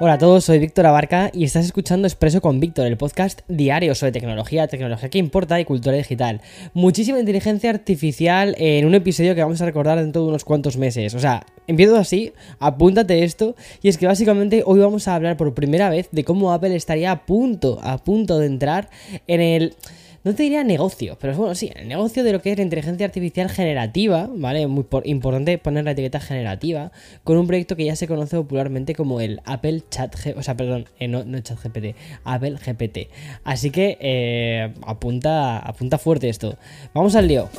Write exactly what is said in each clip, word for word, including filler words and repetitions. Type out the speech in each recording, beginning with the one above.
Hola a todos, soy Víctor Abarca y estás escuchando Expreso con Víctor, el podcast diario sobre tecnología, tecnología que importa y cultura digital. Muchísima inteligencia artificial en un episodio que vamos a recordar dentro de unos cuantos meses. O sea, empiezo así, apúntate esto, y es que básicamente hoy vamos a hablar por primera vez de cómo Apple estaría a punto, a punto de entrar en el... No te diría negocio, pero bueno, sí, el negocio de lo que es la inteligencia artificial generativa, ¿vale? Muy por, importante poner la etiqueta generativa, con un proyecto que ya se conoce popularmente como el Apple Chat G P T, o sea, perdón, eh, no, no Chat G P T, Apple G P T. Así que eh, apunta, apunta fuerte esto. Vamos al lío.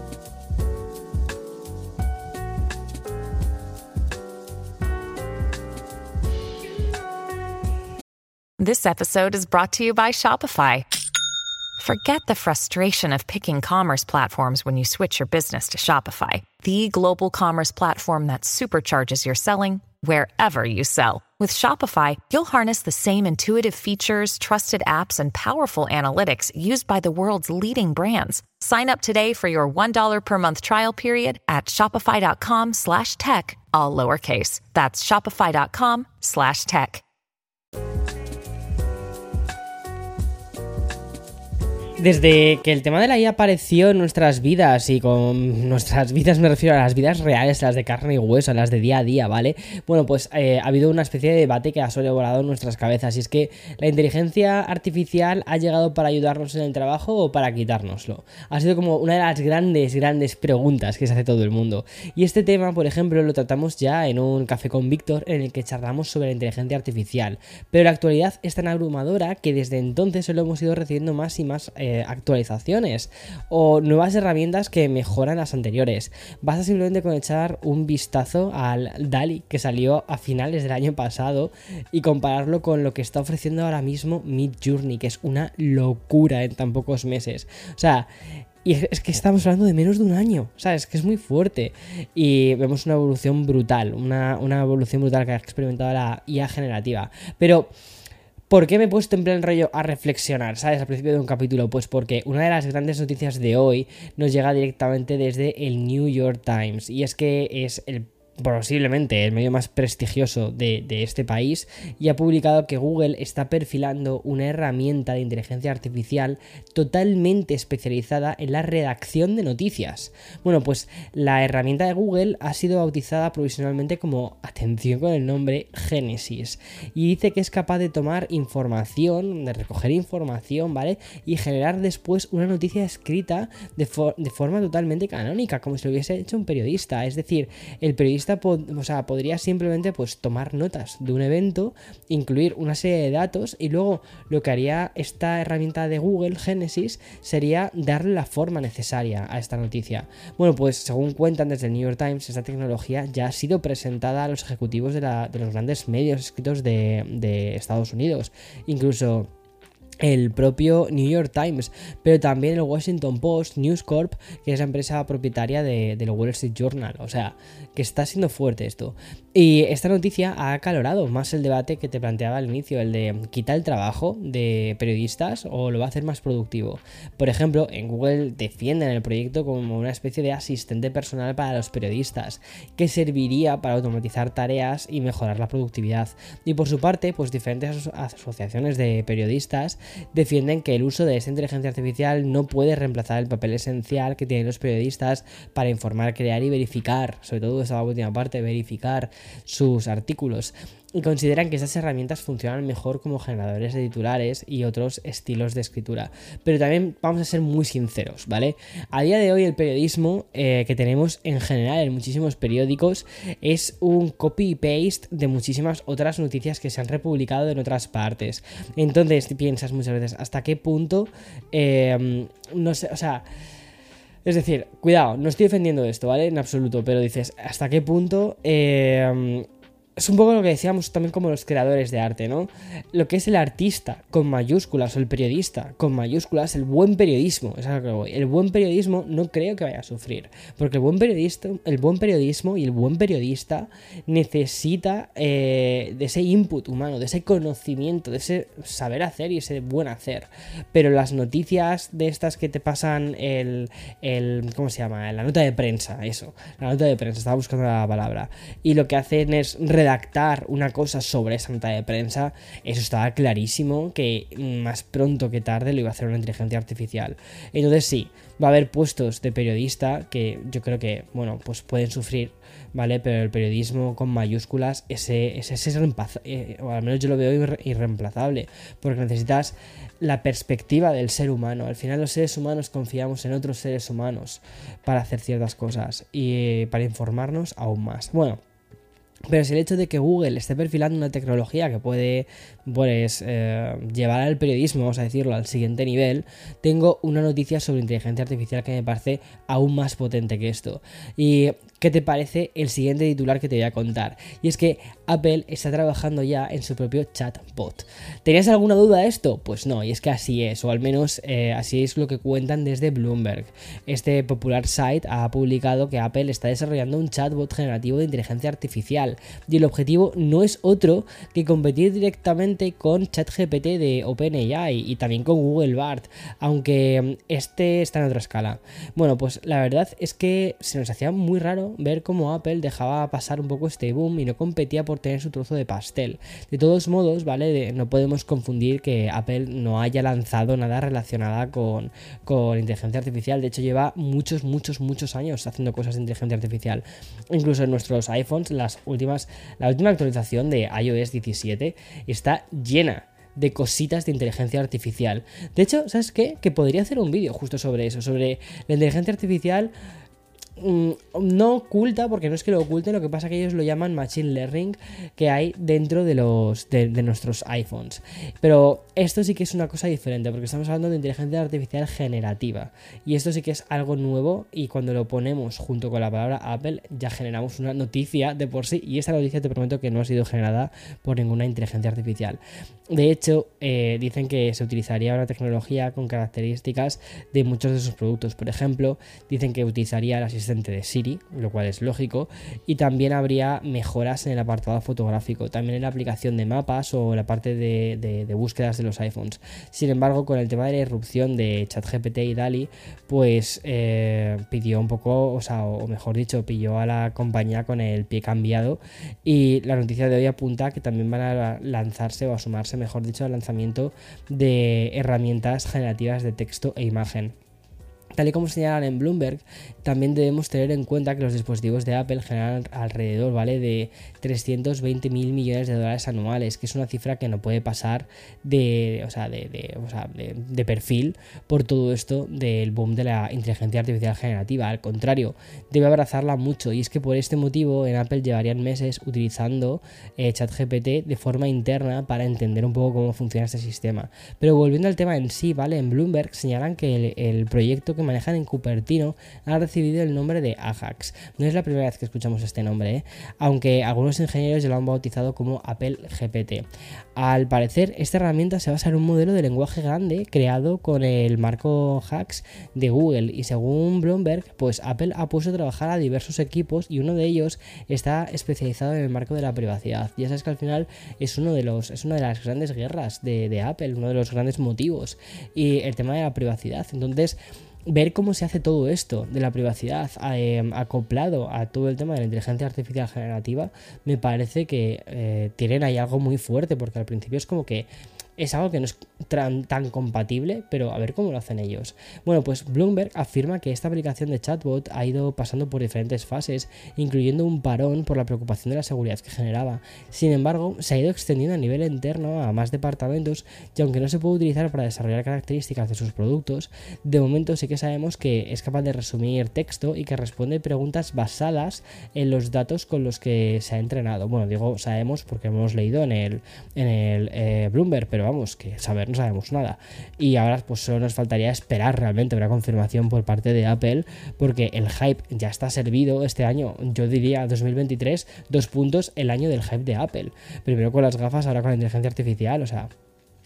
This episode is brought to you by Shopify. Forget the frustration of picking commerce platforms when you switch your business to Shopify, the global commerce platform that supercharges your selling wherever you sell. With Shopify, you'll harness the same intuitive features, trusted apps, and powerful analytics used by the world's leading brands. Sign up today for your one dollar per month trial period at shopify.com slash tech, all lowercase. That's shopify.com slash tech. Desde que el tema de la I A apareció en nuestras vidas, y con nuestras vidas me refiero a las vidas reales, las de carne y hueso, las de día a día, ¿vale? Bueno, pues eh, ha habido una especie de debate que ha sobrevolado en nuestras cabezas, y es que la inteligencia artificial ha llegado para ayudarnos en el trabajo o para quitárnoslo. Ha sido como una de las grandes, grandes preguntas que se hace todo el mundo. Y este tema, por ejemplo, lo tratamos ya en un Café con Víctor, en el que charlamos sobre la inteligencia artificial. Pero la actualidad es tan abrumadora que desde entonces solo hemos ido recibiendo más y más eh, actualizaciones o nuevas herramientas que mejoran las anteriores. Basta simplemente con echar un vistazo al DALL-E que salió a finales del año pasado y compararlo con lo que está ofreciendo ahora mismo Midjourney, que es una locura en tan pocos meses. O sea, y es que estamos hablando de menos de un año, ¿sabes? Que es muy fuerte. Y vemos una evolución brutal, una, una evolución brutal que ha experimentado la I A generativa. Pero ¿por qué me he puesto en plan rollo a reflexionar, ¿sabes? Al principio de un capítulo, pues porque una de las grandes noticias de hoy nos llega directamente desde el New York Times, y es que es el posiblemente el medio más prestigioso de, de este país, y ha publicado que Google está perfilando una herramienta de inteligencia artificial totalmente especializada en la redacción de noticias. Bueno, pues la herramienta de Google ha sido bautizada provisionalmente como, atención con el nombre, Génesis, y dice que es capaz de tomar información, de recoger información, ¿vale? Y generar después una noticia escrita de, for- de forma totalmente canónica, como si lo hubiese hecho un periodista. Es decir, el periodista O sea, podría simplemente pues tomar notas de un evento, incluir una serie de datos, y luego lo que haría esta herramienta de Google, Génesis, sería darle la forma necesaria a esta noticia. Bueno, pues según cuentan desde el New York Times, esta tecnología ya ha sido presentada a los ejecutivos de, la, de los grandes medios escritos de, de Estados Unidos, incluso el propio New York Times, pero también el Washington Post, News Corp, que es la empresa propietaria de, del Wall Street Journal. O sea, que está siendo fuerte esto. Y esta noticia ha acalorado más el debate que te planteaba al inicio, el de ¿quita el trabajo de periodistas o lo va a hacer más productivo? Por ejemplo, en Google defienden el proyecto como una especie de asistente personal para los periodistas, que serviría para automatizar tareas y mejorar la productividad. Y por su parte, pues diferentes asociaciones de periodistas defienden que el uso de esta inteligencia artificial no puede reemplazar el papel esencial que tienen los periodistas para informar, crear y verificar, sobre todo esa última parte, verificar sus artículos. Y consideran que estas herramientas funcionan mejor como generadores de titulares y otros estilos de escritura. Pero también vamos a ser muy sinceros, ¿vale? A día de hoy el periodismo eh, que tenemos en general en muchísimos periódicos es un copy-paste de muchísimas otras noticias que se han republicado en otras partes. Entonces piensas muchas veces, ¿hasta qué punto? Eh, no sé, o sea... Es decir, cuidado, no estoy defendiendo esto, ¿vale? En absoluto, pero dices, ¿hasta qué punto? Eh... Es un poco lo que decíamos también como los creadores de arte, ¿no? Lo que es el artista con mayúsculas o el periodista con mayúsculas, el buen periodismo, es a lo que voy. El buen periodismo no creo que vaya a sufrir, porque el buen periodista, el buen periodismo y el buen periodista necesita eh, de ese input humano, de ese conocimiento, de ese saber hacer y ese buen hacer. Pero las noticias de estas que te pasan el, el ¿cómo se llama? La nota de prensa, eso, la nota de prensa, estaba buscando la palabra, y lo que hacen es redactar redactar una cosa sobre esa nota de prensa, eso estaba clarísimo que más pronto que tarde lo iba a hacer una inteligencia artificial. Entonces sí, va a haber puestos de periodista que yo creo que, bueno, pues pueden sufrir, ¿vale? Pero el periodismo con mayúsculas, ese, ese, ese es reemplazable, o al menos yo lo veo irre- irreemplazable, porque necesitas la perspectiva del ser humano. Al final los seres humanos confiamos en otros seres humanos para hacer ciertas cosas y para informarnos aún más. Bueno, pero es el hecho de que Google esté perfilando una tecnología que puede pues, eh, llevar al periodismo, vamos a decirlo, al siguiente nivel. Tengo una noticia sobre inteligencia artificial que me parece aún más potente que esto. Y ¿qué te parece el siguiente titular que te voy a contar? Y es que Apple está trabajando ya en su propio chatbot. ¿Tenías alguna duda de esto? Pues no, y es que así es, o al menos eh, así es lo que cuentan desde Bloomberg. Este popular site ha publicado que Apple está desarrollando un chatbot generativo de inteligencia artificial y el objetivo no es otro que competir directamente con ChatGPT de OpenAI y también con Google Bard, aunque este está en otra escala. Bueno, pues la verdad es que se nos hacía muy raro ver cómo Apple dejaba pasar un poco este boom y no competía por tener su trozo de pastel. De todos modos, ¿vale? De, no podemos confundir que Apple no haya lanzado nada relacionada con, con inteligencia artificial. De hecho, lleva muchos, muchos, muchos años haciendo cosas de inteligencia artificial. Incluso en nuestros iPhones, las últimas, la última actualización de i O S diecisiete está llena de cositas de inteligencia artificial. De hecho, ¿sabes qué? Que podría hacer un vídeo justo sobre eso, sobre la inteligencia artificial no oculta, porque no es que lo oculten, lo que pasa es que ellos lo llaman machine learning, que hay dentro de los de, de nuestros iPhones. Pero esto sí que es una cosa diferente, porque estamos hablando de inteligencia artificial generativa, y esto sí que es algo nuevo, y cuando lo ponemos junto con la palabra Apple ya generamos una noticia de por sí, y esta noticia te prometo que no ha sido generada por ninguna inteligencia artificial. De hecho, eh, dicen que se utilizaría una tecnología con características de muchos de sus productos. Por ejemplo, dicen que utilizaría el asistente de Siri, lo cual es lógico, y también habría mejoras en el apartado fotográfico, también en la aplicación de mapas o la parte de, de, de búsquedas de los iPhones. Sin embargo, con el tema de la irrupción de ChatGPT y DALL-E, pues eh, pidió un poco, o sea, o mejor dicho, pilló a la compañía con el pie cambiado, y la noticia de hoy apunta que también van a lanzarse o a sumarse, mejor dicho, al lanzamiento de herramientas generativas de texto e imagen. Tal y como señalan en Bloomberg, también debemos tener en cuenta que los dispositivos de Apple generan alrededor, ¿vale?, de trescientos veinte mil millones de dólares anuales, que es una cifra que no puede pasar de, o sea, de, de, o sea, de, de perfil por todo esto del boom de la inteligencia artificial generativa. Al contrario, debe abrazarla mucho, y es que por este motivo en Apple llevarían meses utilizando eh, ChatGPT de forma interna para entender un poco cómo funciona este sistema. Pero volviendo al tema en sí, ¿vale?, en Bloomberg señalan que el, el proyecto que manejan en Cupertino ha recibido el nombre de Ajax. No es la primera vez que escuchamos este nombre, ¿eh? Aunque algunos ingenieros ya lo han bautizado como Apple G P T. Al parecer, esta herramienta se basa en un modelo de lenguaje grande creado con el marco Hax de Google, y según Bloomberg, pues Apple ha puesto a trabajar a diversos equipos y uno de ellos está especializado en el marco de la privacidad. Ya sabes que al final es uno de los es una de las grandes guerras de, de Apple, uno de los grandes motivos, y el tema de la privacidad. Entonces, ver cómo se hace todo esto de la privacidad eh, acoplado a todo el tema de la inteligencia artificial generativa, me parece que eh, tienen ahí algo muy fuerte, porque al principio es como que es algo que no es tan, tan compatible, pero a ver cómo lo hacen ellos. Bueno, pues Bloomberg afirma que esta aplicación de chatbot ha ido pasando por diferentes fases, incluyendo un parón por la preocupación de la seguridad que generaba. Sin embargo, se ha ido extendiendo a nivel interno a más departamentos, y aunque no se puede utilizar para desarrollar características de sus productos, de momento sí que sabemos que es capaz de resumir texto y que responde preguntas basadas en los datos con los que se ha entrenado. Bueno, digo sabemos porque hemos leído en el, en el eh, Bloomberg, pero vamos, que saber no sabemos nada. Y ahora pues solo nos faltaría esperar realmente una confirmación por parte de Apple, porque el hype ya está servido este año. Yo diría dos mil veintitrés, dos puntos, el año del hype de Apple. Primero con las gafas, ahora con la inteligencia artificial, o sea,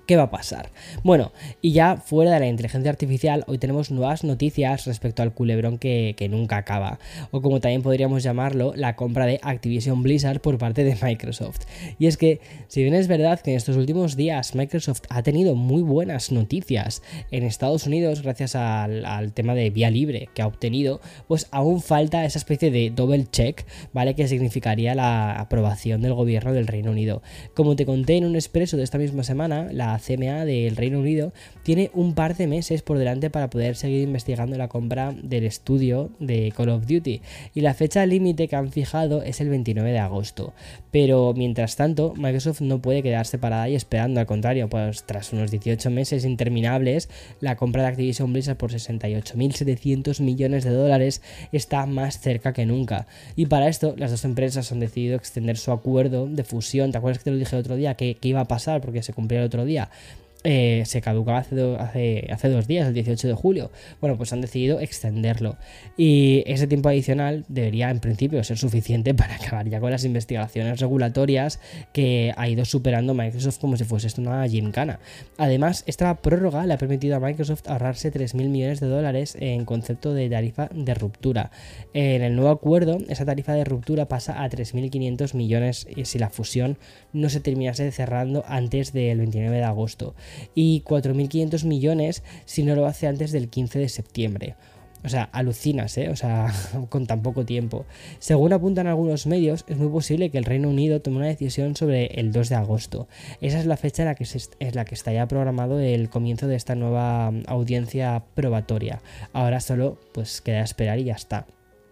¿Qué va a pasar? Bueno, y ya fuera de la inteligencia artificial, hoy tenemos nuevas noticias respecto al culebrón que, que nunca acaba, o como también podríamos llamarlo, la compra de Activision Blizzard por parte de Microsoft. Y es que, si bien es verdad que en estos últimos días Microsoft ha tenido muy buenas noticias en Estados Unidos gracias al, al tema de vía libre que ha obtenido, pues aún falta esa especie de double check, ¿vale? Que significaría la aprobación del gobierno del Reino Unido. Como te conté en un expreso de esta misma semana, la C M A del Reino Unido tiene un par de meses por delante para poder seguir investigando la compra del estudio de Call of Duty, y la fecha límite que han fijado es el veintinueve de agosto. Pero mientras tanto, Microsoft no puede quedarse parada y esperando, al contrario, pues tras unos dieciocho meses interminables, la compra de Activision Blizzard por sesenta y ocho mil setecientos millones de dólares está más cerca que nunca. Y para esto, las dos empresas han decidido extender su acuerdo de fusión. ¿Te acuerdas que te lo dije el otro día? Que, que iba a pasar porque se cumplía el otro día. Eh, se caducaba hace, do, hace, hace dos días, el dieciocho de julio. Bueno, pues han decidido extenderlo. Y ese tiempo adicional debería, en principio, ser suficiente para acabar ya con las investigaciones regulatorias que ha ido superando Microsoft como si fuese esto una gincana. Además, esta prórroga le ha permitido a Microsoft ahorrarse tres mil millones de dólares en concepto de tarifa de ruptura. En el nuevo acuerdo, esa tarifa de ruptura pasa a tres mil quinientos millones si la fusión no se terminase cerrando antes del veintinueve de agosto. Y cuatro mil quinientos millones si no lo hace antes del quince de septiembre. O sea, alucinas, ¿eh? O sea, con tan poco tiempo. Según apuntan algunos medios, es muy posible que el Reino Unido tome una decisión sobre el dos de agosto. Esa es la fecha en la que, se, en la que está ya programado el comienzo de esta nueva audiencia probatoria. Ahora solo pues queda esperar y ya está.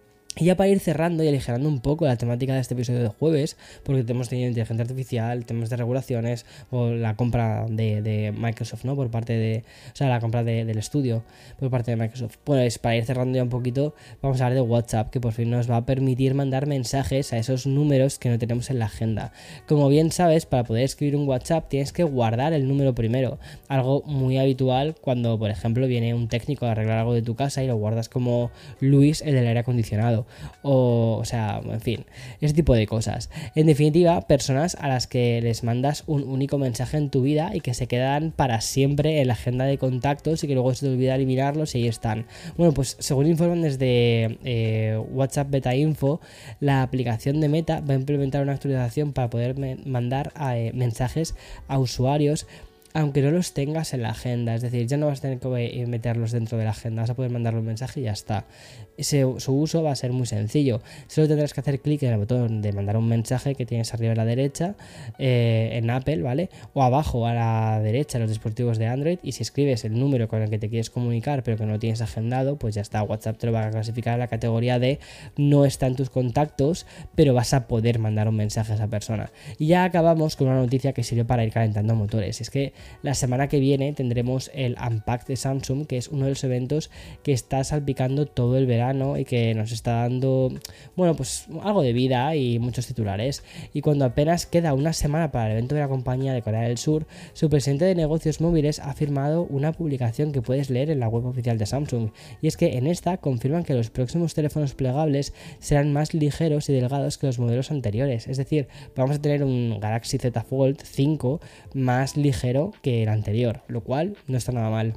Y ya para ir cerrando y aligerando un poco la temática de este episodio de jueves, porque hemos tenido inteligencia artificial, temas de regulaciones o la compra de, de Microsoft, ¿no? Por parte de, o sea, la compra de, del estudio por parte de Microsoft. Pues para ir cerrando ya un poquito, vamos a hablar de WhatsApp, que por fin nos va a permitir mandar mensajes a esos números que no tenemos en la agenda. Como bien sabes, para poder escribir un WhatsApp tienes que guardar el número primero, algo muy habitual cuando, por ejemplo, viene un técnico a arreglar algo de tu casa y lo guardas como Luis, el del aire acondicionado. O, o sea, en fin, ese tipo de cosas. En definitiva, personas a las que les mandas un único mensaje en tu vida y que se quedan para siempre en la agenda de contactos y que luego se te olvida eliminarlos y ahí están. Bueno, pues según informan desde eh, WhatsApp Beta Info, la aplicación de Meta va a implementar una actualización para poder me- mandar a, eh, mensajes a usuarios aunque no los tengas en la agenda. Es decir, ya no vas a tener que meterlos dentro de la agenda, vas a poder mandarle un mensaje y ya está. Ese, su uso va a ser muy sencillo. Solo tendrás que hacer clic en el botón de mandar un mensaje que tienes arriba a la derecha eh, en Apple, ¿vale? O abajo a la derecha en los dispositivos de Android, y si escribes el número con el que te quieres comunicar pero que no tienes agendado, pues ya está. WhatsApp te lo va a clasificar en la categoría de no está en tus contactos, pero vas a poder mandar un mensaje a esa persona. Y ya acabamos con una noticia que sirve para ir calentando motores. Es que la semana que viene tendremos el Unpacked de Samsung, que es uno de los eventos que está salpicando todo el verano y que nos está dando, bueno, pues algo de vida y muchos titulares. Y cuando apenas queda una semana para el evento de la compañía de Corea del Sur, su presidente de negocios móviles ha firmado una publicación que puedes leer en la web oficial de Samsung. Y es que en esta confirman que los próximos teléfonos plegables serán más ligeros y delgados que los modelos anteriores. Es decir, vamos a tener un Galaxy Z Fold cinco más ligero que el anterior, lo cual no está nada mal.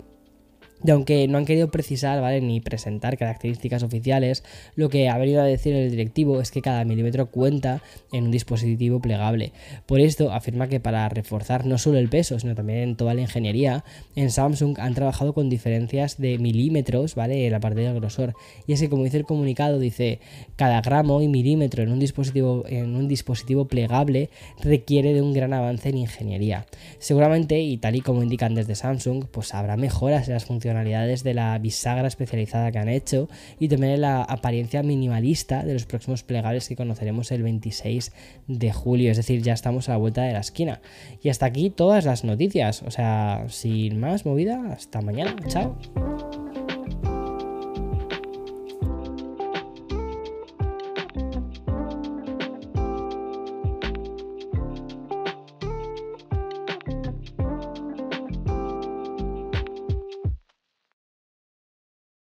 Y aunque no han querido precisar, ¿vale?, ni presentar características oficiales, lo que ha venido a decir el directivo es que cada milímetro cuenta en un dispositivo plegable. Por esto afirma que para reforzar no solo el peso, sino también toda la ingeniería, en Samsung han trabajado con diferencias de milímetros, ¿vale?, en la parte del grosor. Y es que, como dice el comunicado, dice, cada gramo y milímetro en un dispositivo, en un dispositivo plegable requiere de un gran avance en ingeniería. Seguramente, y tal y como indican desde Samsung, pues habrá mejoras en las funciones funcionalidades de la bisagra especializada que han hecho y también en la apariencia minimalista de los próximos plegables que conoceremos el veintiséis de julio, es decir, ya estamos a la vuelta de la esquina. Y hasta aquí todas las noticias, o sea, sin más movida, hasta mañana, chao.